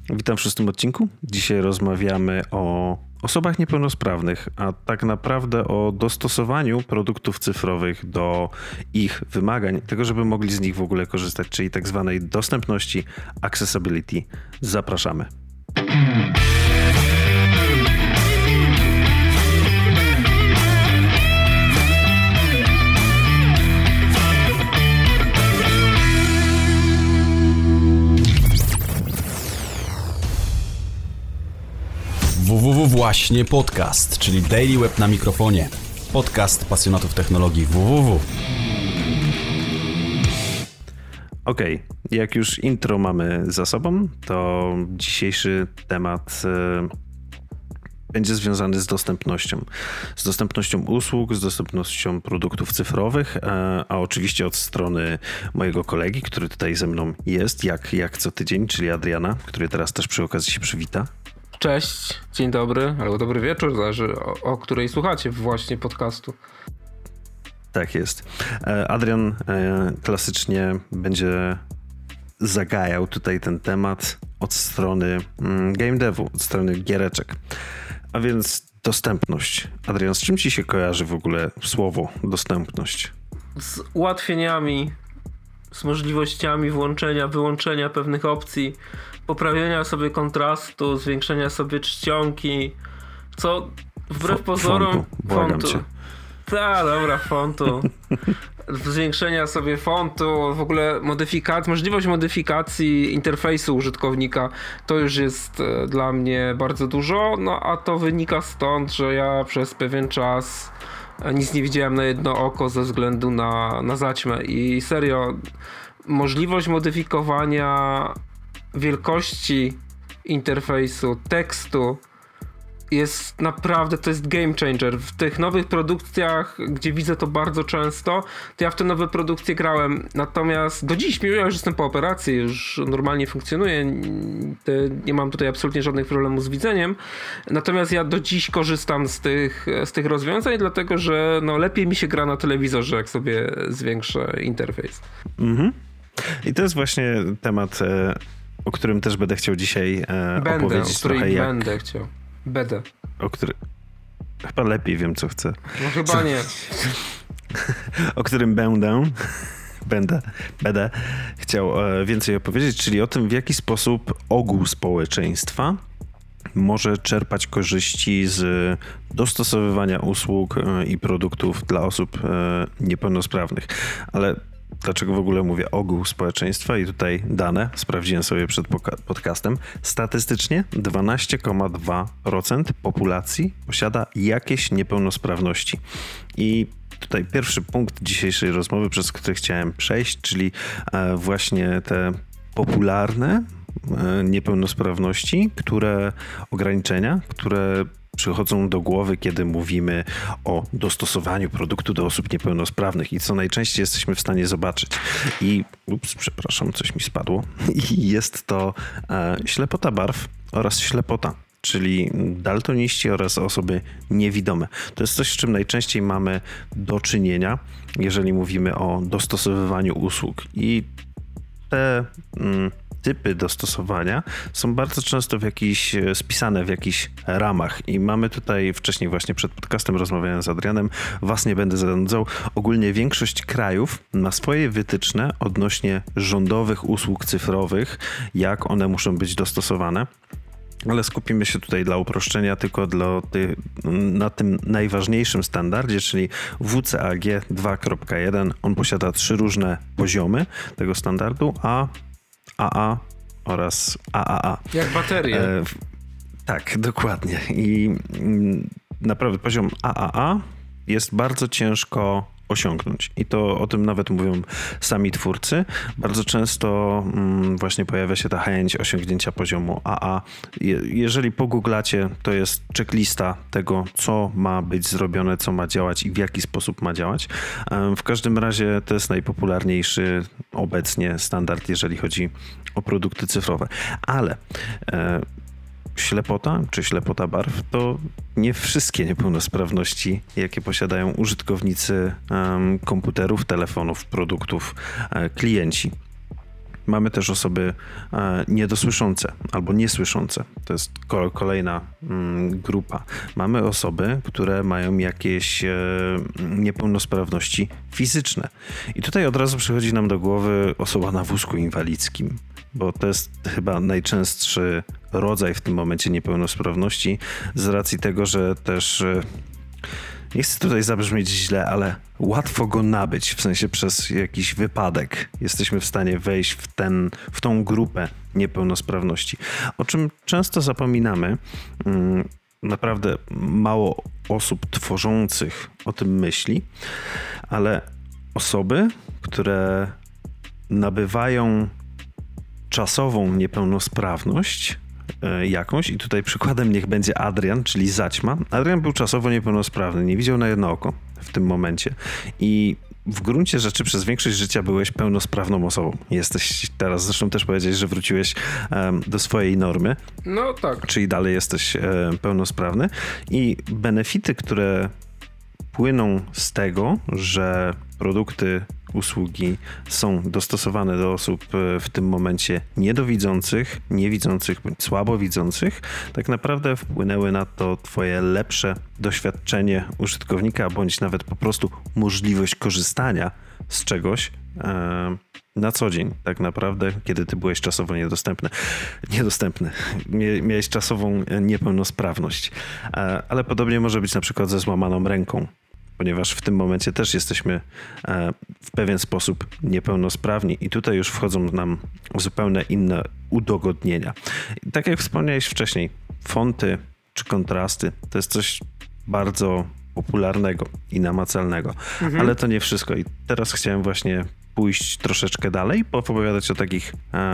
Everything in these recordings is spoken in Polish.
Witam w 6. odcinku. Dzisiaj rozmawiamy o osobach niepełnosprawnych, a tak naprawdę o dostosowaniu produktów cyfrowych do ich wymagań, tego, żeby mogli z nich w ogóle korzystać, czyli tak zwanej dostępności, accessibility. Zapraszamy. www właśnie podcast, czyli Daily Web na mikrofonie. Podcast pasjonatów technologii www. Okej, jak już intro mamy za sobą, to dzisiejszy temat będzie związany z dostępnością. Z dostępnością usług, z dostępnością produktów cyfrowych, a oczywiście od strony mojego kolegi, który tutaj ze mną jest, jak co tydzień, czyli Adriana, który teraz też przy okazji się przywita. Cześć, dzień dobry, albo dobry wieczór, zależy o której słuchacie właśnie podcastu. Tak jest. Adrian klasycznie będzie zagajał tutaj ten temat od strony game devu, od strony giereczek. A więc dostępność. Adrian, z czym ci się kojarzy w ogóle słowo dostępność? Z ułatwieniami, z możliwościami włączenia, wyłączenia pewnych opcji, poprawienia sobie kontrastu, zwiększenia sobie czcionki, co wbrew pozorom... Błagam cię. Fontu. Zwiększenia sobie fontu, w ogóle możliwość modyfikacji interfejsu użytkownika, to już jest dla mnie bardzo dużo, no a to wynika stąd, że ja przez pewien czas nic nie widziałem na jedno oko ze względu na zaćmę i serio, możliwość modyfikowania wielkości interfejsu, tekstu jest naprawdę, to jest game changer. W tych nowych produkcjach, gdzie widzę to bardzo często, to ja w te nowe produkcje grałem. Natomiast do dziś, mimo że jestem po operacji, już normalnie funkcjonuję, nie mam tutaj absolutnie żadnych problemów z widzeniem. Natomiast ja do dziś korzystam z tych rozwiązań, dlatego że no, lepiej mi się gra na telewizorze, jak sobie zwiększę interfejs. Mhm. I to jest właśnie temat, o którym też będę chciał dzisiaj opowiedzieć trochę. Będę. Chyba lepiej wiem, co chcę. No chyba nie. O którym będę chciał więcej opowiedzieć, czyli o tym, w jaki sposób ogół społeczeństwa może czerpać korzyści z dostosowywania usług i produktów dla osób niepełnosprawnych. Ale dlaczego w ogóle mówię ogół społeczeństwa? I tutaj dane, sprawdziłem sobie przed podcastem. Statystycznie 12,2% populacji posiada jakieś niepełnosprawności. I tutaj pierwszy punkt dzisiejszej rozmowy, przez który chciałem przejść, czyli właśnie te popularne niepełnosprawności, ograniczenia, które przychodzą do głowy, kiedy mówimy o dostosowaniu produktu do osób niepełnosprawnych i co najczęściej jesteśmy w stanie zobaczyć. I coś mi spadło. I jest to ślepota barw oraz ślepota, czyli daltoniści oraz osoby niewidome. To jest coś, z czym najczęściej mamy do czynienia, jeżeli mówimy o dostosowywaniu usług. I te typy dostosowania są bardzo często spisane w jakichś ramach i mamy tutaj wcześniej właśnie przed podcastem rozmawiałem z Adrianem, was nie będę zanudzał. Ogólnie większość krajów ma swoje wytyczne odnośnie rządowych usług cyfrowych, jak one muszą być dostosowane. Ale skupimy się tutaj dla uproszczenia tylko na tym najważniejszym standardzie, czyli WCAG 2.1. On posiada 3 różne poziomy tego standardu, AA oraz AAA. Jak baterie. Tak, dokładnie. I naprawdę poziom AAA jest bardzo ciężko osiągnąć. I to o tym nawet mówią sami twórcy. Bardzo często właśnie pojawia się ta chęć osiągnięcia poziomu AA. Jeżeli pogooglacie, to jest checklista tego, co ma być zrobione, co ma działać i w jaki sposób ma działać. W każdym razie to jest najpopularniejszy obecnie standard, jeżeli chodzi o produkty cyfrowe. Ale ślepota czy ślepota barw to nie wszystkie niepełnosprawności, jakie posiadają użytkownicy komputerów, telefonów, produktów, klienci. Mamy też osoby niedosłyszące albo niesłyszące. To jest kolejna grupa. Mamy osoby, które mają jakieś niepełnosprawności fizyczne. I tutaj od razu przychodzi nam do głowy osoba na wózku inwalidzkim, bo to jest chyba najczęstszy rodzaj w tym momencie niepełnosprawności z racji tego, że też nie chcę tutaj zabrzmieć źle, ale łatwo go nabyć, w sensie przez jakiś wypadek. Jesteśmy w stanie wejść w tą grupę niepełnosprawności, o czym często zapominamy. Naprawdę mało osób tworzących o tym myśli, ale osoby, które nabywają czasową niepełnosprawność jakąś i tutaj przykładem niech będzie Adrian, czyli Zaćma. Adrian był czasowo niepełnosprawny, nie widział na jedno oko w tym momencie i w gruncie rzeczy przez większość życia byłeś pełnosprawną osobą. Jesteś teraz, zresztą też powiedziałeś, że wróciłeś do swojej normy. No tak. Czyli dalej jesteś pełnosprawny i benefity, które płyną z tego, że produkty, usługi są dostosowane do osób w tym momencie niedowidzących, niewidzących bądź słabowidzących, tak naprawdę wpłynęły na to twoje lepsze doświadczenie użytkownika, bądź nawet po prostu możliwość korzystania z czegoś na co dzień, tak naprawdę, kiedy ty byłeś czasowo niedostępny. Miałeś czasową niepełnosprawność. Ale podobnie może być na przykład ze złamaną ręką, ponieważ w tym momencie też jesteśmy w pewien sposób niepełnosprawni i tutaj już wchodzą nam zupełnie inne udogodnienia. Tak jak wspomniałeś wcześniej, fonty czy kontrasty to jest coś bardzo popularnego i namacalnego, ale to nie wszystko i teraz chciałem właśnie pójść troszeczkę dalej, opowiadać o takich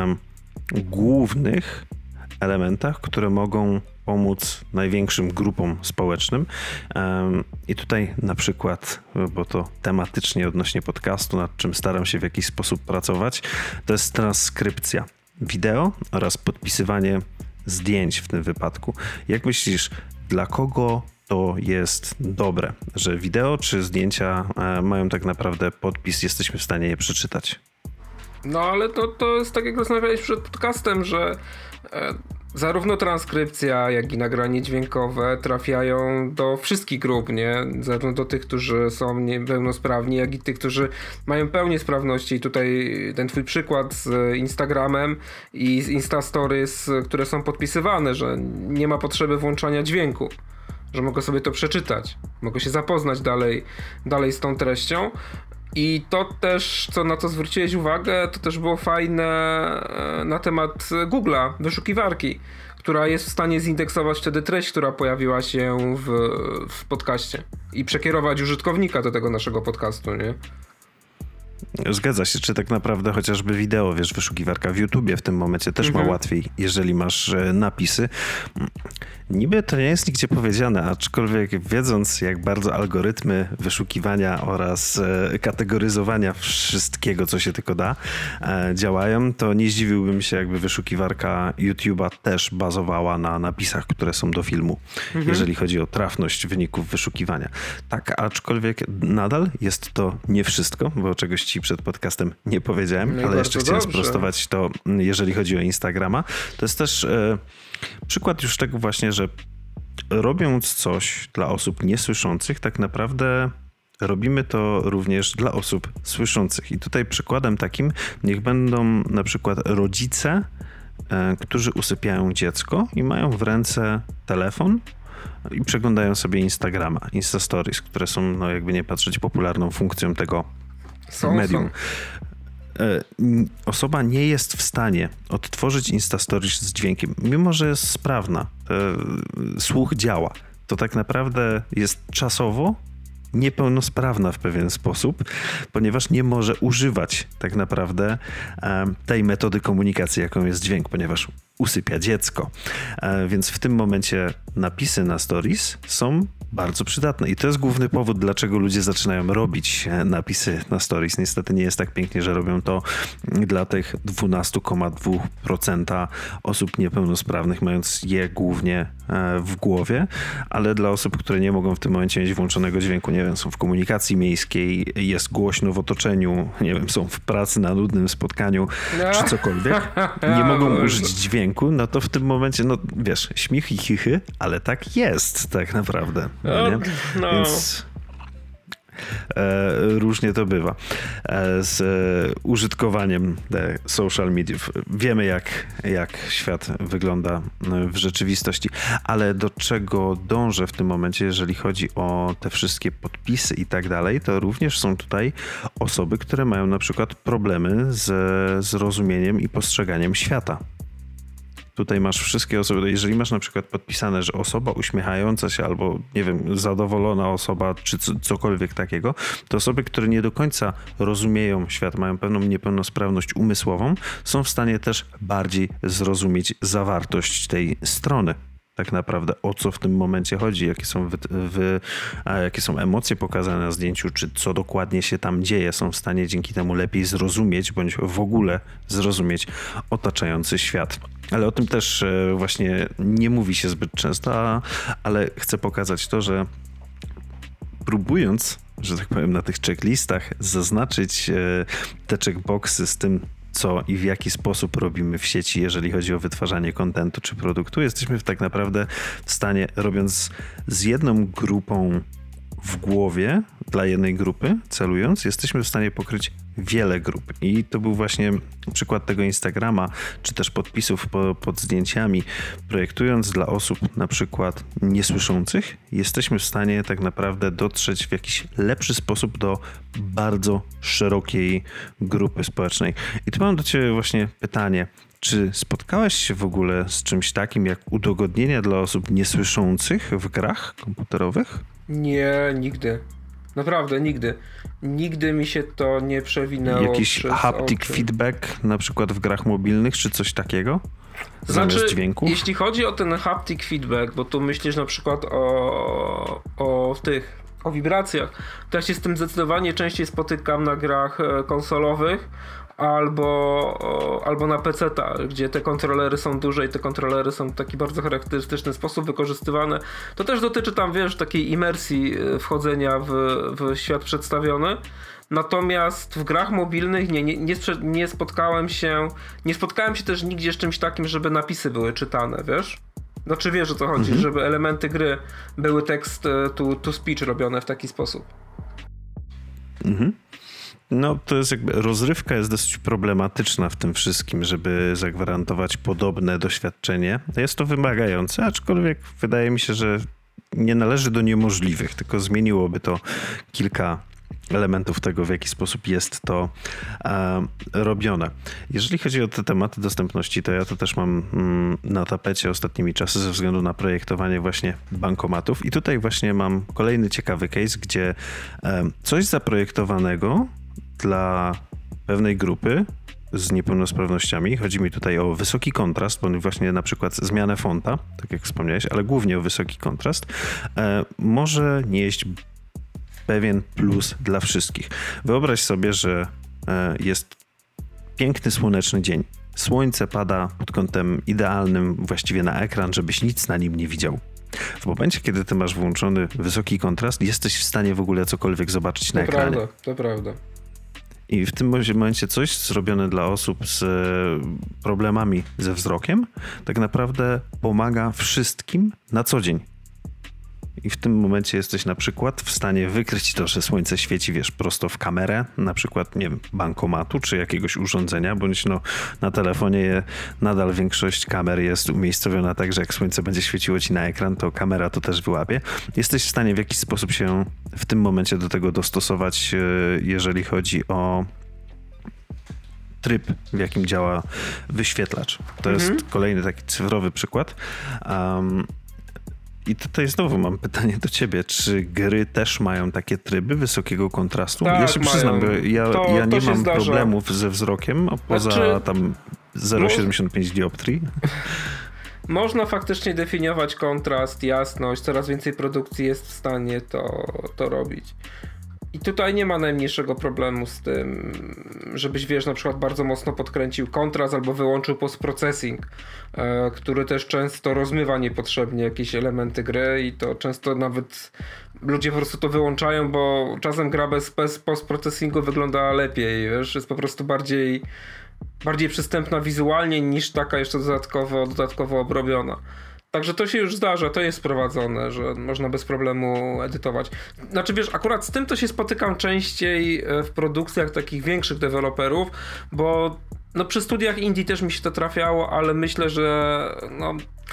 głównych elementach, które mogą pomóc największym grupom społecznym. I tutaj na przykład, bo to tematycznie odnośnie podcastu, nad czym staram się w jakiś sposób pracować, to jest transkrypcja wideo oraz podpisywanie zdjęć w tym wypadku. Jak myślisz, dla kogo to jest dobre, że wideo czy zdjęcia mają tak naprawdę podpis, jesteśmy w stanie je przeczytać? No ale to jest tak jak rozmawialiśmy przed podcastem, że zarówno transkrypcja, jak i nagranie dźwiękowe trafiają do wszystkich grup, nie? Zarówno do tych, którzy są niepełnosprawni, jak i tych, którzy mają pełnię sprawności. I tutaj ten twój przykład z Instagramem i z Insta Stories, które są podpisywane, że nie ma potrzeby włączania dźwięku, że mogę sobie to przeczytać, mogę się zapoznać dalej z tą treścią. I to też, na co zwróciłeś uwagę, to też było fajne na temat Google'a, wyszukiwarki, która jest w stanie zindeksować wtedy treść, która pojawiła się w podcaście i przekierować użytkownika do tego naszego podcastu, nie? Zgadza się, czy tak naprawdę chociażby wideo, wyszukiwarka w YouTubie w tym momencie też ma łatwiej, jeżeli masz napisy. Niby to nie jest nigdzie powiedziane, aczkolwiek wiedząc, jak bardzo algorytmy wyszukiwania oraz kategoryzowania wszystkiego, co się tylko da, działają, to nie zdziwiłbym się, jakby wyszukiwarka YouTube'a też bazowała na napisach, które są do filmu, jeżeli chodzi o trafność wyników wyszukiwania. Tak, aczkolwiek nadal jest to nie wszystko, bo czegoś ci przed podcastem nie powiedziałem, ale jeszcze chciałem sprostować to, jeżeli chodzi o Instagrama. To jest też przykład już tego właśnie, że robiąc coś dla osób niesłyszących, tak naprawdę robimy to również dla osób słyszących. I tutaj przykładem takim niech będą na przykład rodzice, którzy usypiają dziecko i mają w ręce telefon i przeglądają sobie Instagrama, Insta Stories, które są, jakby nie patrzeć, popularną funkcją tego medium. Osoba nie jest w stanie odtworzyć Insta Stories z dźwiękiem, mimo że jest sprawna, słuch działa. To tak naprawdę jest czasowo niepełnosprawna w pewien sposób, ponieważ nie może używać tak naprawdę tej metody komunikacji, jaką jest dźwięk, ponieważ usypia dziecko. Więc w tym momencie napisy na stories są bardzo przydatne. I to jest główny powód, dlaczego ludzie zaczynają robić napisy na stories. Niestety nie jest tak pięknie, że robią to dla tych 12,2% osób niepełnosprawnych, mając je głównie w głowie, ale dla osób, które nie mogą w tym momencie mieć włączonego dźwięku, nie wiem, są w komunikacji miejskiej, jest głośno w otoczeniu, nie wiem, są w pracy na nudnym spotkaniu, czy cokolwiek, nie mogą użyć dźwięku, no to w tym momencie, no wiesz, śmiech i chichy, ale tak jest tak naprawdę. Nie? Więc różnie to bywa z użytkowaniem social mediów. Wiemy, jak świat wygląda w rzeczywistości, ale do czego dążę w tym momencie, jeżeli chodzi o te wszystkie podpisy i tak dalej, to również są tutaj osoby, które mają na przykład problemy z zrozumieniem i postrzeganiem świata. Tutaj masz wszystkie osoby, jeżeli masz na przykład podpisane, że osoba uśmiechająca się albo, nie wiem, zadowolona osoba, czy cokolwiek takiego, to osoby, które nie do końca rozumieją świat, mają pewną niepełnosprawność umysłową, są w stanie też bardziej zrozumieć zawartość tej strony. Tak naprawdę o co w tym momencie chodzi, jakie są emocje pokazane na zdjęciu, czy co dokładnie się tam dzieje, są w stanie dzięki temu lepiej zrozumieć, bądź w ogóle zrozumieć otaczający świat. Ale o tym też właśnie nie mówi się zbyt często, ale chcę pokazać to, że próbując, że tak powiem, na tych checklistach zaznaczyć te checkboxy z tym, co i w jaki sposób robimy w sieci, jeżeli chodzi o wytwarzanie kontentu czy produktu, jesteśmy tak naprawdę w stanie, robiąc z jedną grupą w głowie, dla jednej grupy celując, jesteśmy w stanie pokryć wiele grup. I to był właśnie przykład tego Instagrama, czy też podpisów pod zdjęciami. Projektując dla osób na przykład niesłyszących, jesteśmy w stanie tak naprawdę dotrzeć w jakiś lepszy sposób do bardzo szerokiej grupy społecznej. I tu mam do ciebie właśnie pytanie. Czy spotkałeś się w ogóle z czymś takim jak udogodnienia dla osób niesłyszących w grach komputerowych? Nie, nigdy. Naprawdę, nigdy. Nigdy mi się to nie przewinęło. Jakiś haptic feedback na przykład w grach mobilnych, czy coś takiego? Zamiast dźwięku? Jeśli chodzi o ten haptic feedback, bo tu myślisz na przykład o wibracjach, to ja się z tym zdecydowanie częściej spotykam na grach konsolowych albo na PC-tach, gdzie te kontrolery są duże i te kontrolery są w taki bardzo charakterystyczny sposób wykorzystywane. To też dotyczy tam, wiesz, takiej imersji wchodzenia w świat przedstawiony. Natomiast w grach mobilnych nie spotkałem się też nigdzie z czymś takim, żeby napisy były czytane, wiesz? Znaczy wiesz, o co chodzi, żeby elementy gry były text to speech robione w taki sposób. No to jest jakby, rozrywka jest dosyć problematyczna w tym wszystkim, żeby zagwarantować podobne doświadczenie. Jest to wymagające, aczkolwiek wydaje mi się, że nie należy do niemożliwych, tylko zmieniłoby to kilka elementów tego, w jaki sposób jest to robione. Jeżeli chodzi o te tematy dostępności, to ja to też mam na tapecie ostatnimi czasy ze względu na projektowanie właśnie bankomatów i tutaj właśnie mam kolejny ciekawy case, gdzie coś zaprojektowanego dla pewnej grupy z niepełnosprawnościami. Chodzi mi tutaj o wysoki kontrast, bo właśnie na przykład zmianę fonta, tak jak wspomniałeś, ale głównie o wysoki kontrast, może nieść pewien plus dla wszystkich. Wyobraź sobie, że jest piękny, słoneczny dzień. Słońce pada pod kątem idealnym właściwie na ekran, żebyś nic na nim nie widział. W momencie, kiedy ty masz włączony wysoki kontrast, jesteś w stanie w ogóle cokolwiek zobaczyć na ekranie. To prawda. I w tym momencie coś zrobione dla osób z problemami ze wzrokiem tak naprawdę pomaga wszystkim na co dzień. I w tym momencie jesteś na przykład w stanie wykryć to, że słońce świeci, wiesz, prosto w kamerę, na przykład, nie wiem, bankomatu czy jakiegoś urządzenia, bądź no na telefonie nadal większość kamer jest umiejscowiona tak, że jak słońce będzie świeciło ci na ekran, to kamera to też wyłapie. Jesteś w stanie w jakiś sposób się w tym momencie do tego dostosować, jeżeli chodzi o tryb, w jakim działa wyświetlacz. To jest kolejny taki cyfrowy przykład. I tutaj znowu mam pytanie do ciebie, czy gry też mają takie tryby wysokiego kontrastu? Tak, ja się przyznam, bo ja nie mam problemów ze wzrokiem, a poza tam 0,75 dioptrii. można faktycznie definiować kontrast, jasność, coraz więcej produkcji jest w stanie to robić. I tutaj nie ma najmniejszego problemu z tym, żebyś, wiesz, na przykład bardzo mocno podkręcił kontrast albo wyłączył post-processing, który też często rozmywa niepotrzebnie jakieś elementy gry i to często nawet ludzie po prostu to wyłączają, bo czasem gra bez post-processingu wygląda lepiej, wiesz, jest po prostu bardziej przystępna wizualnie niż taka jeszcze dodatkowo obrobiona. Także to się już zdarza, to jest wprowadzone, że można bez problemu edytować. Znaczy wiesz, akurat z tym to się spotykam częściej w produkcjach takich większych deweloperów, bo no przy studiach indie też mi się to trafiało, ale myślę, że no...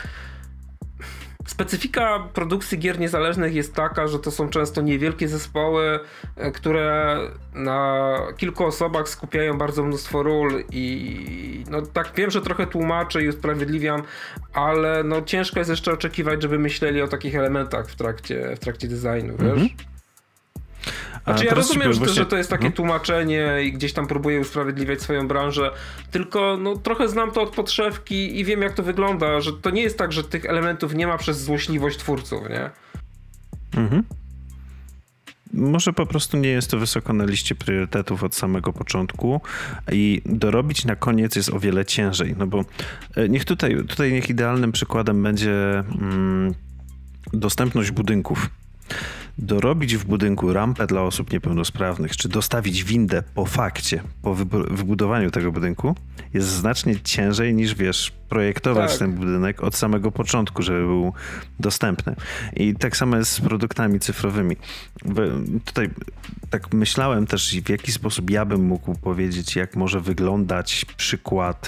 Specyfika produkcji gier niezależnych jest taka, że to są często niewielkie zespoły, które na kilku osobach skupiają bardzo mnóstwo ról i no tak wiem, że trochę tłumaczę i usprawiedliwiam, ale no ciężko jest jeszcze oczekiwać, żeby myśleli o takich elementach w trakcie designu, wiesz? Znaczy ja rozumiem, że to jest takie tłumaczenie i gdzieś tam próbuję usprawiedliwiać swoją branżę, tylko no trochę znam to od podszewki i wiem, jak to wygląda, że to nie jest tak, że tych elementów nie ma przez złośliwość twórców, nie? Mhm. Może po prostu nie jest to wysoko na liście priorytetów od samego początku i dorobić na koniec jest o wiele ciężej, no bo niech niech idealnym przykładem będzie dostępność budynków. Dorobić w budynku rampę dla osób niepełnosprawnych, czy dostawić windę po fakcie, po wybudowaniu tego budynku jest znacznie ciężej niż, wiesz, projektować ten budynek od samego początku, żeby był dostępny. I tak samo jest z produktami cyfrowymi. Tutaj tak myślałem też, w jaki sposób ja bym mógł powiedzieć, jak może wyglądać przykład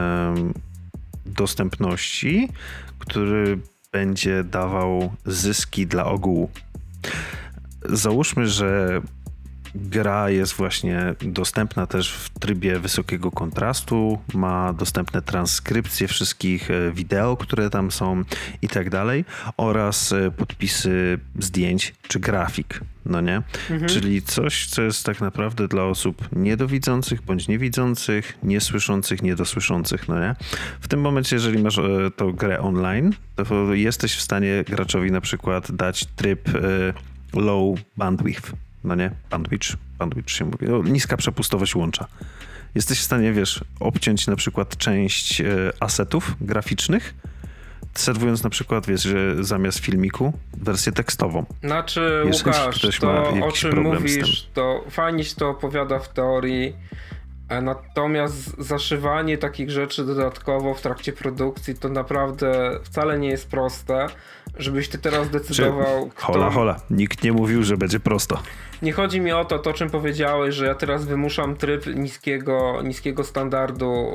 dostępności, który będzie dawał zyski dla ogółu. Załóżmy, że gra jest właśnie dostępna też w trybie wysokiego kontrastu, ma dostępne transkrypcje wszystkich wideo, które tam są i tak dalej, oraz podpisy zdjęć czy grafik, no nie? Mhm. Czyli coś, co jest tak naprawdę dla osób niedowidzących bądź niewidzących, niesłyszących, niedosłyszących, no nie? W tym momencie, jeżeli masz tą grę online, to jesteś w stanie graczowi na przykład dać tryb low bandwidth, no nie? Bandwidth się mówi. No, niska przepustowość łącza. Jesteś w stanie, wiesz, obciąć na przykład część asetów graficznych, serwując na przykład, wiesz, że zamiast filmiku wersję tekstową. Znaczy, Łukasz, to o czym mówisz, to fajnie się to opowiada w teorii, natomiast zaszywanie takich rzeczy dodatkowo w trakcie produkcji to naprawdę wcale nie jest proste, żebyś ty teraz decydował, Hola, nikt nie mówił, że będzie prosto. Nie chodzi mi o to, o czym powiedziałeś, że ja teraz wymuszam tryb niskiego standardu,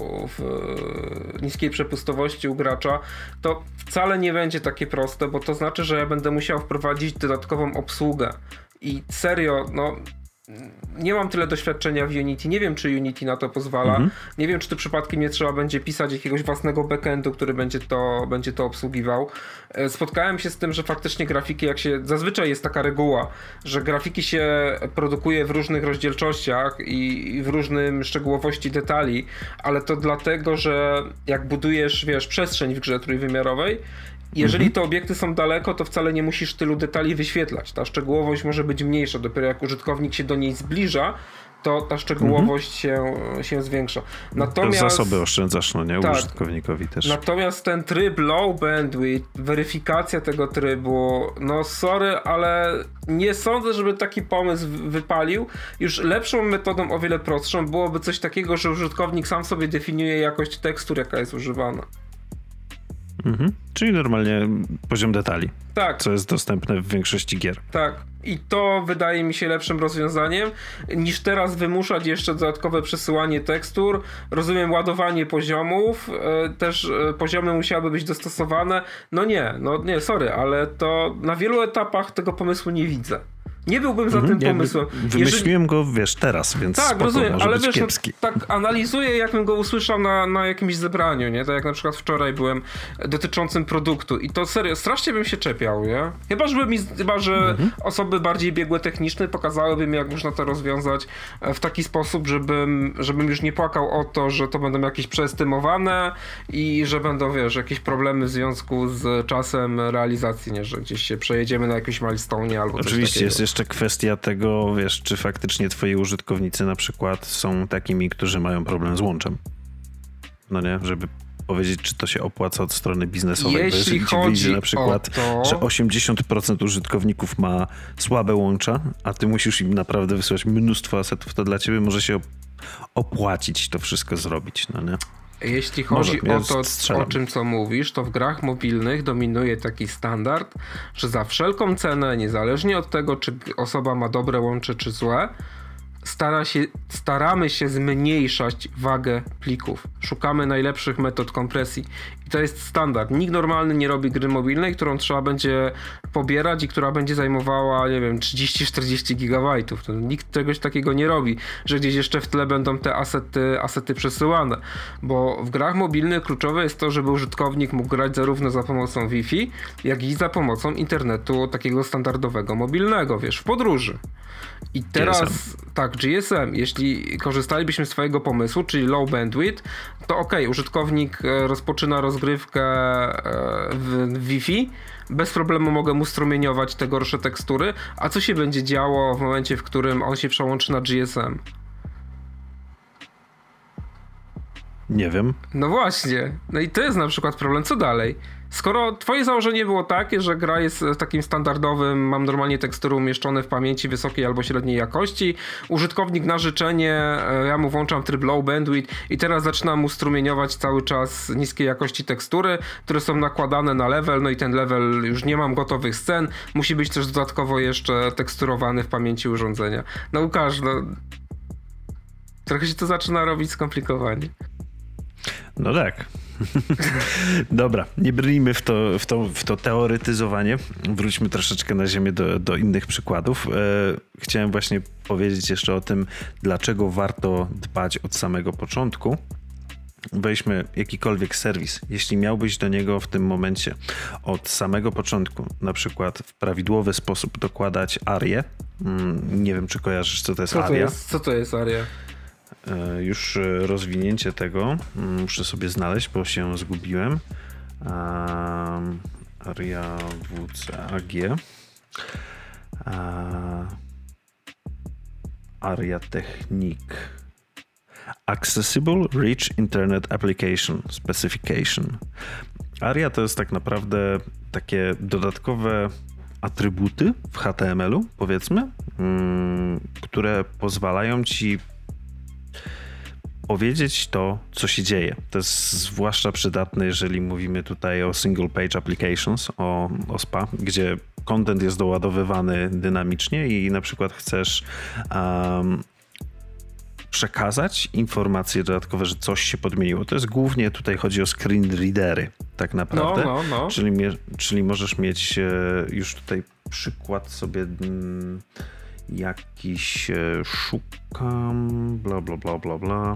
niskiej przepustowości u gracza. To wcale nie będzie takie proste, bo to znaczy, że ja będę musiał wprowadzić dodatkową obsługę. I serio, no... Nie mam tyle doświadczenia w Unity, nie wiem, czy Unity na to pozwala, nie wiem, czy to przypadkiem nie trzeba będzie pisać jakiegoś własnego backendu, który będzie to obsługiwał. Spotkałem się z tym, że faktycznie grafiki, zazwyczaj jest taka reguła, że grafiki się produkuje w różnych rozdzielczościach i w różnym szczegółowości detali, ale to dlatego, że jak budujesz, wiesz, przestrzeń w grze trójwymiarowej, jeżeli te obiekty są daleko, to wcale nie musisz tylu detali wyświetlać. Ta szczegółowość może być mniejsza. Dopiero jak użytkownik się do niej zbliża, to ta szczegółowość się zwiększa. Natomiast zasoby oszczędzasz, no nie? Tak, użytkownikowi też. Natomiast ten tryb low bandwidth, weryfikacja tego trybu, no sorry, ale nie sądzę, żeby taki pomysł wypalił. Już lepszą metodą, o wiele prostszą, byłoby coś takiego, że użytkownik sam sobie definiuje jakość tekstur, jaka jest używana. Czyli normalnie poziom detali, tak, co jest dostępne w większości gier. Tak. I to wydaje mi się lepszym rozwiązaniem, niż teraz wymuszać jeszcze dodatkowe przesyłanie tekstur. Rozumiem ładowanie poziomów, też poziomy musiałyby być dostosowane. No nie, sorry, ale to na wielu etapach tego pomysłu nie widzę. Nie byłbym za tym pomysłem. Wymyśliłem go, wiesz, teraz, więc tak, spoko, rozumiem, może ale być wiesz, kiepski. tak analizuję, jakbym go usłyszał na jakimś zebraniu, nie? Tak jak na przykład wczoraj byłem dotyczącym produktu i to serio, strasznie bym się czepiał, nie? Chyba, że osoby bardziej biegłe techniczne pokazałyby mi, jak można to rozwiązać w taki sposób, żebym już nie płakał o to, że to będą jakieś przeestymowane i że będą, wiesz, jakieś problemy w związku z czasem realizacji, nie? Że gdzieś się przejedziemy na jakimś milestone albo coś Oczywiście takiego. jest jeszcze kwestia tego, wiesz, czy faktycznie twoi użytkownicy na przykład są takimi, którzy mają problem z łączem. No nie, żeby powiedzieć, czy to się opłaca od strony biznesowej. Jeśli ci chodzi wyjdzie na przykład, o to, że 80% użytkowników ma słabe łącza, a ty musisz im naprawdę wysłać mnóstwo asetów, to dla ciebie może się opłacić to wszystko zrobić, no nie? Jeśli chodzi Może, o to, strzelam. o czym co mówisz, to w grach mobilnych dominuje taki standard, że za wszelką cenę, niezależnie od tego, czy osoba ma dobre łącze, czy złe, staramy się zmniejszać wagę plików. Szukamy najlepszych metod kompresji. I to jest standard. Nikt normalny nie robi gry mobilnej, którą trzeba będzie pobierać i która będzie zajmowała, nie wiem, 30-40 gigabajtów. To nikt czegoś takiego nie robi, że gdzieś jeszcze w tle będą te asety przesyłane. Bo w grach mobilnych kluczowe jest to, żeby użytkownik mógł grać zarówno za pomocą Wi-Fi, jak i za pomocą internetu takiego standardowego, mobilnego, wiesz, w podróży. I teraz, tak, GSM, jeśli korzystalibyśmy z twojego pomysłu, czyli low bandwidth, to okej, użytkownik rozpoczyna rozgrywkę w Wi-Fi, bez problemu mogę mu strumieniować te gorsze tekstury, a co się będzie działo w momencie, w którym on się przełączy na GSM? Nie wiem. No właśnie. No i to jest na przykład problem. Co dalej? Skoro twoje założenie było takie, że gra jest takim standardowym, mam normalnie tekstury umieszczone w pamięci wysokiej albo średniej jakości, użytkownik na życzenie, ja mu włączam tryb low bandwidth i teraz zaczynam mu strumieniować cały czas niskiej jakości tekstury, które są nakładane na level, no i ten level już nie mam gotowych scen, musi być też dodatkowo jeszcze teksturowany w pamięci urządzenia. No Łukasz, no trochę się to zaczyna robić skomplikowanie. No tak. Dobra, nie brnijmy w to teoretyzowanie. Wróćmy troszeczkę na ziemię do innych przykładów. Chciałem właśnie powiedzieć jeszcze o tym, dlaczego warto dbać od samego początku. Weźmy jakikolwiek serwis. Jeśli miałbyś do niego w tym momencie od samego początku na przykład w prawidłowy sposób dokładać ARIę. Nie wiem, czy kojarzysz, co to jest ARIA. Co to jest ARIA? Już rozwinięcie tego muszę sobie znaleźć, bo się zgubiłem. ARIA WCAG. ARIA Technique. Accessible Rich Internet Application Specification. ARIA to jest tak naprawdę takie dodatkowe atrybuty w HTML-u, powiedzmy, które pozwalają ci powiedzieć to, co się dzieje. To jest zwłaszcza przydatne, jeżeli mówimy tutaj o single page applications, o SPA, gdzie content jest doładowywany dynamicznie i na przykład chcesz przekazać informacje dodatkowe, że coś się podmieniło. To jest głównie, tutaj chodzi o screen readery, tak naprawdę. No. Czyli możesz mieć już tutaj przykład sobie jakiś szukam, bla, bla, bla, bla, bla.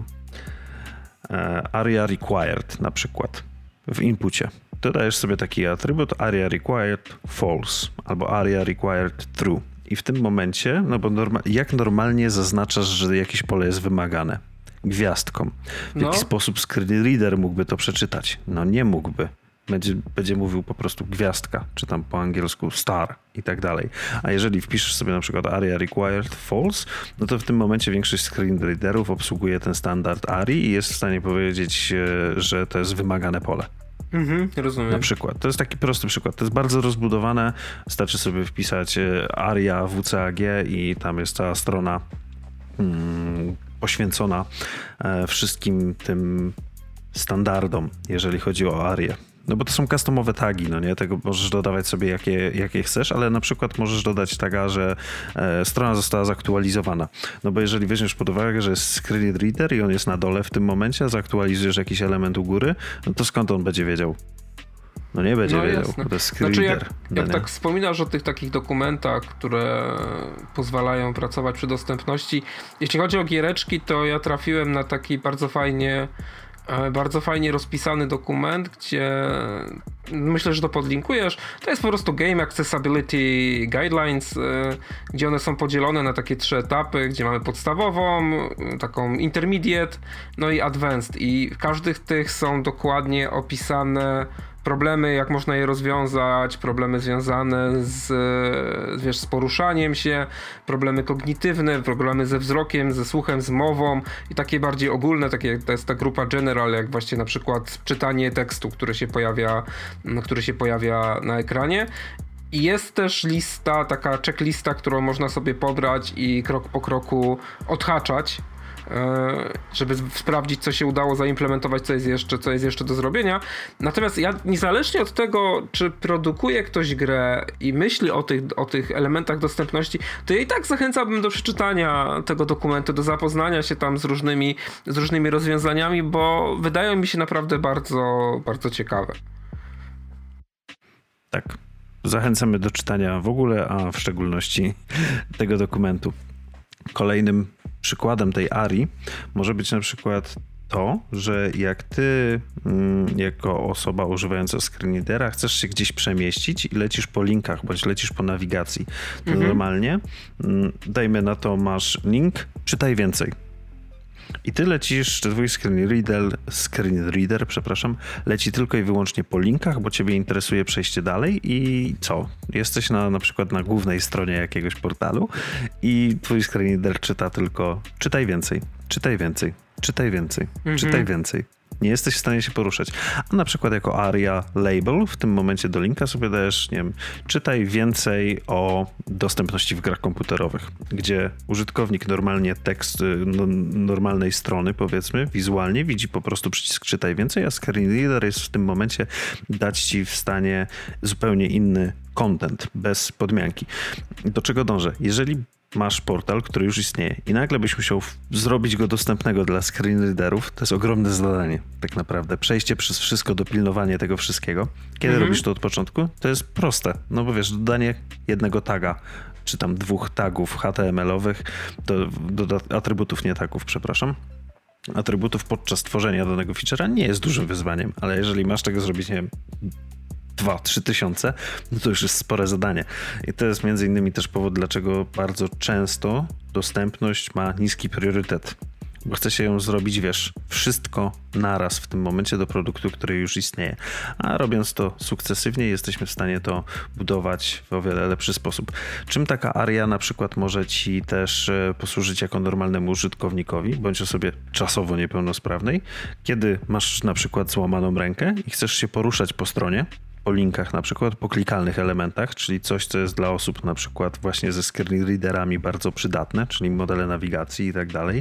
ARIA required na przykład w inpucie. To dajesz sobie taki atrybut ARIA required false albo ARIA required true. I w tym momencie, no bo jak normalnie zaznaczasz, że jakieś pole jest wymagane? Gwiazdką. W jaki sposób screen reader mógłby to przeczytać? No nie mógłby. Będzie mówił po prostu gwiazdka, czy tam po angielsku star i tak dalej. A jeżeli wpiszesz sobie na przykład ARIA required false, no to w tym momencie większość screen readerów obsługuje ten standard ARI i jest w stanie powiedzieć, że to jest wymagane pole. Rozumiem. Na przykład. To jest taki prosty przykład. To jest bardzo rozbudowane. Wystarczy sobie wpisać ARIA WCAG i tam jest cała strona poświęcona wszystkim tym standardom, jeżeli chodzi o ARIę. No bo to są customowe tagi, no nie? Tego możesz dodawać sobie jakie chcesz, ale na przykład możesz dodać taga, że strona została zaktualizowana. No bo jeżeli weźmiesz pod uwagę, że jest screen reader i on jest na dole w tym momencie, a zaktualizujesz jakiś element u góry, no to skąd on będzie wiedział? No nie będzie wiedział, jasne. to jest screenreader. Jak tak wspominasz o tych takich dokumentach, które pozwalają pracować przy dostępności, jeśli chodzi o giereczki, to ja trafiłem na taki bardzo fajnie rozpisany dokument, gdzie myślę, że to podlinkujesz. To jest po prostu Game Accessibility Guidelines, gdzie one są podzielone na takie 3 etapy, gdzie mamy podstawową, taką intermediate, no i advanced. I w każdych tych są dokładnie opisane problemy, jak można je rozwiązać, problemy związane z poruszaniem się, problemy kognitywne, problemy ze wzrokiem, ze słuchem, z mową i takie bardziej ogólne, to jest ta grupa general, jak właśnie na przykład czytanie tekstu, który się pojawia na ekranie. I jest też lista, taka checklista, którą można sobie pobrać i krok po kroku odhaczać, żeby sprawdzić, co się udało zaimplementować, co jest jeszcze do zrobienia. Natomiast ja niezależnie od tego, czy produkuje ktoś grę i myśli o tych elementach dostępności, to ja i tak zachęcałbym do przeczytania tego dokumentu, do zapoznania się tam z różnymi rozwiązaniami, bo wydają mi się naprawdę bardzo, bardzo ciekawe. Tak. Zachęcamy do czytania w ogóle, a w szczególności tego dokumentu. Kolejnym przykładem tej ARI może być na przykład to, że jak ty jako osoba używająca screenreadera chcesz się gdzieś przemieścić i lecisz po linkach, bądź lecisz po nawigacji, to normalnie dajmy na to, masz link, czytaj więcej. I ty lecisz, czy twój screenreader, leci tylko i wyłącznie po linkach, bo ciebie interesuje przejście dalej i co? Jesteś na przykład na głównej stronie jakiegoś portalu i twój screenreader czyta tylko czytaj więcej, czytaj więcej, czytaj więcej, czytaj więcej. Nie jesteś w stanie się poruszać. A na przykład jako ARIA label w tym momencie do linka sobie dajesz, nie wiem, czytaj więcej o dostępności w grach komputerowych, gdzie użytkownik normalnie tekst normalnej strony, powiedzmy, wizualnie widzi po prostu przycisk czytaj więcej, a screenreader jest w tym momencie dać ci w stanie zupełnie inny content, bez podmianki. Do czego dążę? Jeżeli masz portal, który już istnieje i nagle byś musiał zrobić go dostępnego dla screenreaderów, to jest ogromne zadanie tak naprawdę. Przejście przez wszystko, dopilnowanie tego wszystkiego. Kiedy robisz to od początku? To jest proste, no bo wiesz, dodanie jednego taga, czy tam 2 tagów HTML-owych, do atrybutów, nie tagów, przepraszam. Atrybutów podczas tworzenia danego feature'a nie jest dużym wyzwaniem, ale jeżeli masz tego zrobić, nie wiem, 2-3 tysiące, no to już jest spore zadanie. I to jest między innymi też powód, dlaczego bardzo często dostępność ma niski priorytet. Bo chce się ją zrobić, wiesz, wszystko naraz w tym momencie do produktu, który już istnieje. A robiąc to sukcesywnie, jesteśmy w stanie to budować w o wiele lepszy sposób. Czym taka ARIA na przykład może ci też posłużyć jako normalnemu użytkownikowi, bądź osobie czasowo niepełnosprawnej, kiedy masz na przykład złamaną rękę i chcesz się poruszać po stronie, po linkach na przykład, po klikalnych elementach, czyli coś, co jest dla osób na przykład właśnie ze screenreaderami bardzo przydatne, czyli modele nawigacji i tak dalej.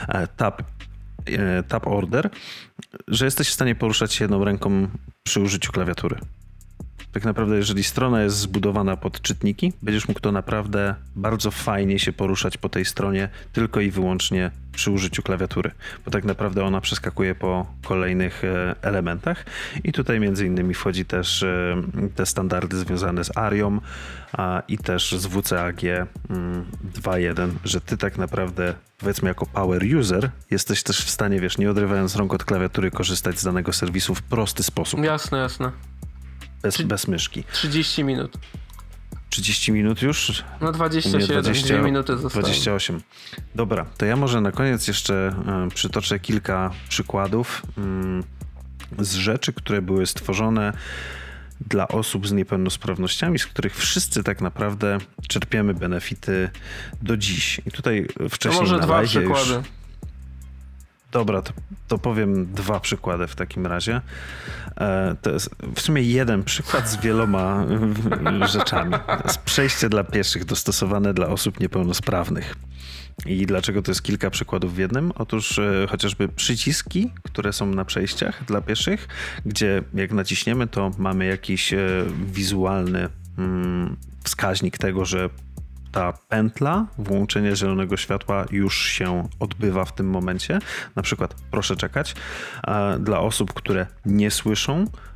Tab order, że jesteś w stanie poruszać się jedną ręką przy użyciu klawiatury. Tak naprawdę, jeżeli strona jest zbudowana pod czytniki, będziesz mógł to naprawdę bardzo fajnie się poruszać po tej stronie tylko i wyłącznie przy użyciu klawiatury, bo tak naprawdę ona przeskakuje po kolejnych elementach i tutaj między innymi wchodzi też te standardy związane z ARIą i też z WCAG 2.1, że ty tak naprawdę, powiedzmy jako power user, jesteś też w stanie, wiesz, nie odrywając rąk od klawiatury, korzystać z danego serwisu w prosty sposób. Jasne. Bez myszki. 30 minut. 30 minut już? No 27, 2 minuty zostały. 28. Dobra, to ja może na koniec jeszcze przytoczę kilka przykładów z rzeczy, które były stworzone dla osób z niepełnosprawnościami, z których wszyscy tak naprawdę czerpiemy benefity do dziś. I tutaj wcześniej to może na 2 przykłady. Już... Dobra, to powiem 2 przykłady w takim razie. To jest w sumie jeden przykład z wieloma rzeczami. To jest przejście dla pieszych dostosowane dla osób niepełnosprawnych. I dlaczego to jest kilka przykładów w jednym? Otóż chociażby przyciski, które są na przejściach dla pieszych, gdzie jak naciśniemy, to mamy jakiś wizualny wskaźnik tego, że ta pętla włączenia zielonego światła już się odbywa w tym momencie. Na przykład proszę czekać. Dla osób, które nie słyszą,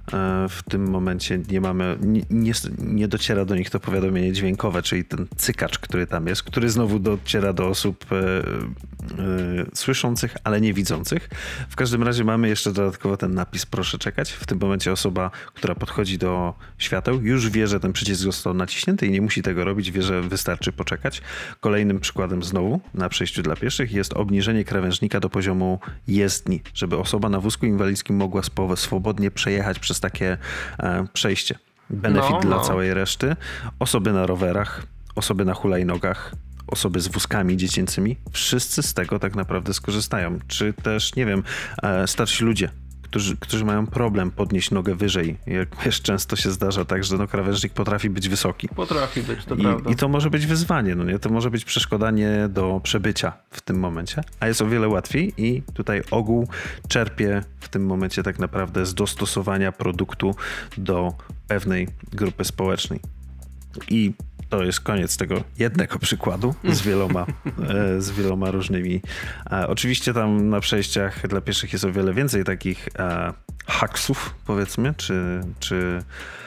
w tym momencie nie dociera do nich to powiadomienie dźwiękowe, czyli ten cykacz, który tam jest, który znowu dociera do osób słyszących, ale nie widzących. W każdym razie mamy jeszcze dodatkowo ten napis proszę czekać. W tym momencie osoba, która podchodzi do świateł, już wie, że ten przycisk został naciśnięty i nie musi tego robić, wie, że wystarczy poczekać. Kolejnym przykładem znowu na przejściu dla pieszych jest obniżenie krawężnika do poziomu jezdni, żeby osoba na wózku inwalidzkim mogła swobodnie przejechać przez takie przejście. Benefit dla całej reszty. Osoby na rowerach, osoby na hulajnogach, osoby z wózkami dziecięcymi, wszyscy z tego tak naprawdę skorzystają. Czy też, nie wiem, starsi ludzie, którzy mają problem podnieść nogę wyżej. Jak wiesz, często się zdarza tak, że krawężnik potrafi być wysoki. Potrafi być, to prawda. I to może być wyzwanie, no nie? To może być przeszkoda nie do przebycia w tym momencie, a jest o wiele łatwiej i tutaj ogół czerpie w tym momencie tak naprawdę z dostosowania produktu do pewnej grupy społecznej. I to jest koniec tego jednego przykładu z wieloma różnymi. Oczywiście tam na przejściach dla pieszych jest o wiele więcej takich haksów, powiedzmy, czy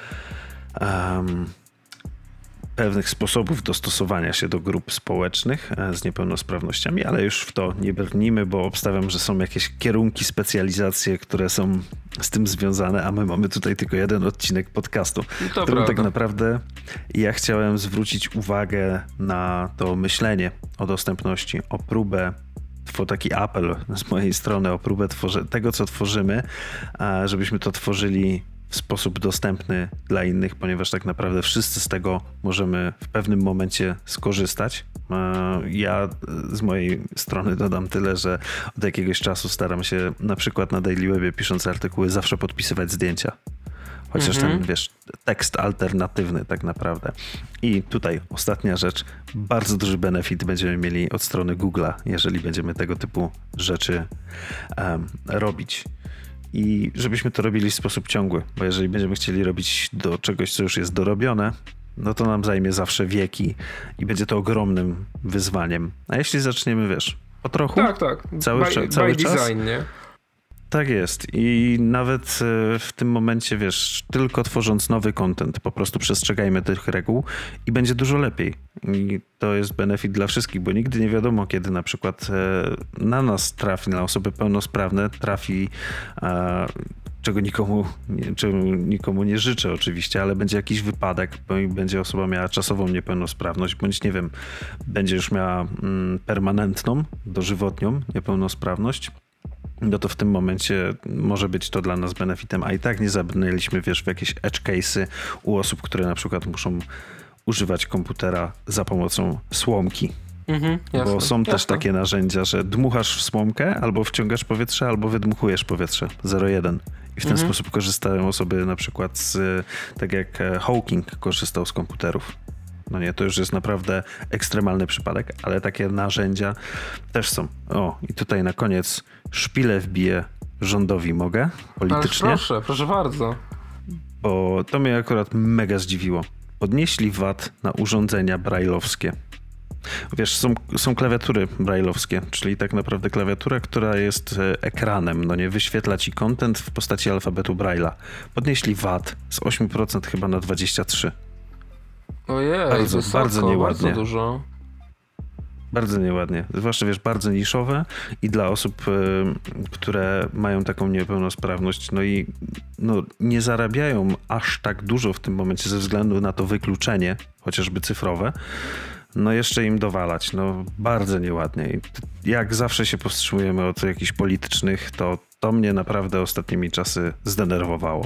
pewnych sposobów dostosowania się do grup społecznych z niepełnosprawnościami, ale już w to nie brnijmy, bo obstawiam, że są jakieś kierunki, specjalizacje, które są z tym związane, a my mamy tutaj tylko jeden odcinek podcastu, w którym tak naprawdę ja chciałem zwrócić uwagę na to myślenie o dostępności, o próbę, taki apel z mojej strony o próbę tego, co tworzymy, żebyśmy to tworzyli w sposób dostępny dla innych, ponieważ tak naprawdę wszyscy z tego możemy w pewnym momencie skorzystać. Ja z mojej strony dodam tyle, że od jakiegoś czasu staram się na przykład na Daily Webie, pisząc artykuły, zawsze podpisywać zdjęcia. Chociaż ten, wiesz, tekst alternatywny tak naprawdę. I tutaj ostatnia rzecz. Bardzo duży benefit będziemy mieli od strony Google'a, jeżeli będziemy tego typu rzeczy robić. I żebyśmy to robili w sposób ciągły, bo jeżeli będziemy chcieli robić do czegoś, co już jest dorobione, no to nam zajmie zawsze wieki i będzie to ogromnym wyzwaniem. A jeśli zaczniemy, wiesz, po trochu, tak. cały by czas, design, nie? Tak jest i nawet w tym momencie, wiesz, tylko tworząc nowy content, po prostu przestrzegajmy tych reguł i będzie dużo lepiej. I to jest benefit dla wszystkich, bo nigdy nie wiadomo, kiedy na przykład na nas trafi, na osoby pełnosprawne trafi, czego nikomu nie życzę oczywiście, ale będzie jakiś wypadek, bo będzie osoba miała czasową niepełnosprawność, bądź nie wiem, będzie już miała permanentną, dożywotnią niepełnosprawność. No to w tym momencie może być to dla nas benefitem, a i tak nie zabrnęliśmy, wiesz, w jakieś edge case'y u osób, które na przykład muszą używać komputera za pomocą słomki. Jasne, bo są też takie narzędzia, że dmuchasz w słomkę, albo wciągasz powietrze, albo wydmuchujesz powietrze. 0,1. I w ten sposób korzystają osoby na przykład tak jak Hawking korzystał z komputerów. No nie, to już jest naprawdę ekstremalny przypadek, ale takie narzędzia też są. O, i tutaj na koniec szpilę wbiję rządowi, mogę? Politycznie. Ale proszę bardzo. Bo to mnie akurat mega zdziwiło. Podnieśli VAT na urządzenia brajlowskie. Wiesz, są klawiatury brajlowskie, czyli tak naprawdę klawiatura, która jest ekranem, no nie, wyświetla ci content w postaci alfabetu Braille'a. Podnieśli VAT z 8% chyba na 23%. Ojej, bardzo nieładnie. Bardzo dużo. Bardzo nieładnie. Zwłaszcza, wiesz, bardzo niszowe i dla osób, które mają taką niepełnosprawność, no i nie zarabiają aż tak dużo w tym momencie ze względu na to wykluczenie, chociażby cyfrowe, no jeszcze im dowalać. No bardzo nieładnie. I jak zawsze się powstrzymujemy od jakichś politycznych, to mnie naprawdę ostatnimi czasy zdenerwowało.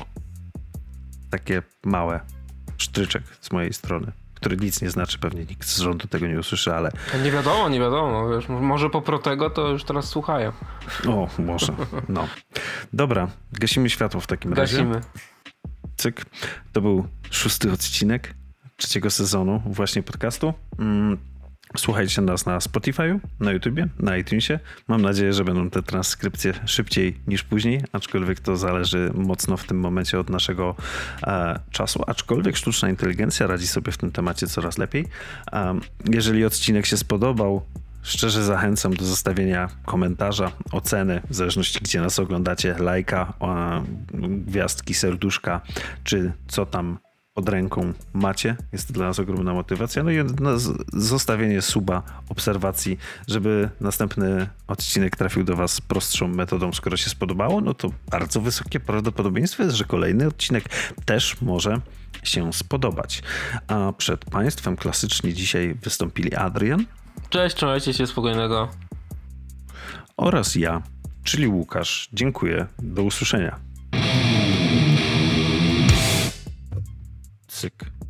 Takie małe sztryczek z mojej strony, który nic nie znaczy, pewnie nikt z rządu tego nie usłyszy, ale... Nie wiadomo, wiesz, może po protego to już teraz słuchają. O, może, no. Dobra, gasimy światło w takim razie. Gasimy. Cyk. To był 6. odcinek 3. sezonu właśnie podcastu. Słuchajcie nas na Spotify'u, na YouTubie, na iTunesie. Mam nadzieję, że będą te transkrypcje szybciej niż później, aczkolwiek to zależy mocno w tym momencie od naszego czasu, aczkolwiek sztuczna inteligencja radzi sobie w tym temacie coraz lepiej. Jeżeli odcinek się spodobał, szczerze zachęcam do zostawienia komentarza, oceny, w zależności gdzie nas oglądacie, lajka, gwiazdki, serduszka, czy co tam pod ręką macie. Jest to dla nas ogromna motywacja. No i zostawienie suba, obserwacji, żeby następny odcinek trafił do was prostszą metodą. Skoro się spodobało, no to bardzo wysokie prawdopodobieństwo jest, że kolejny odcinek też może się spodobać. A przed państwem klasycznie dzisiaj wystąpili Adrian. Cześć, trzymajcie się, spokojnego. Oraz ja, czyli Łukasz. Dziękuję. Do usłyszenia. Cyk.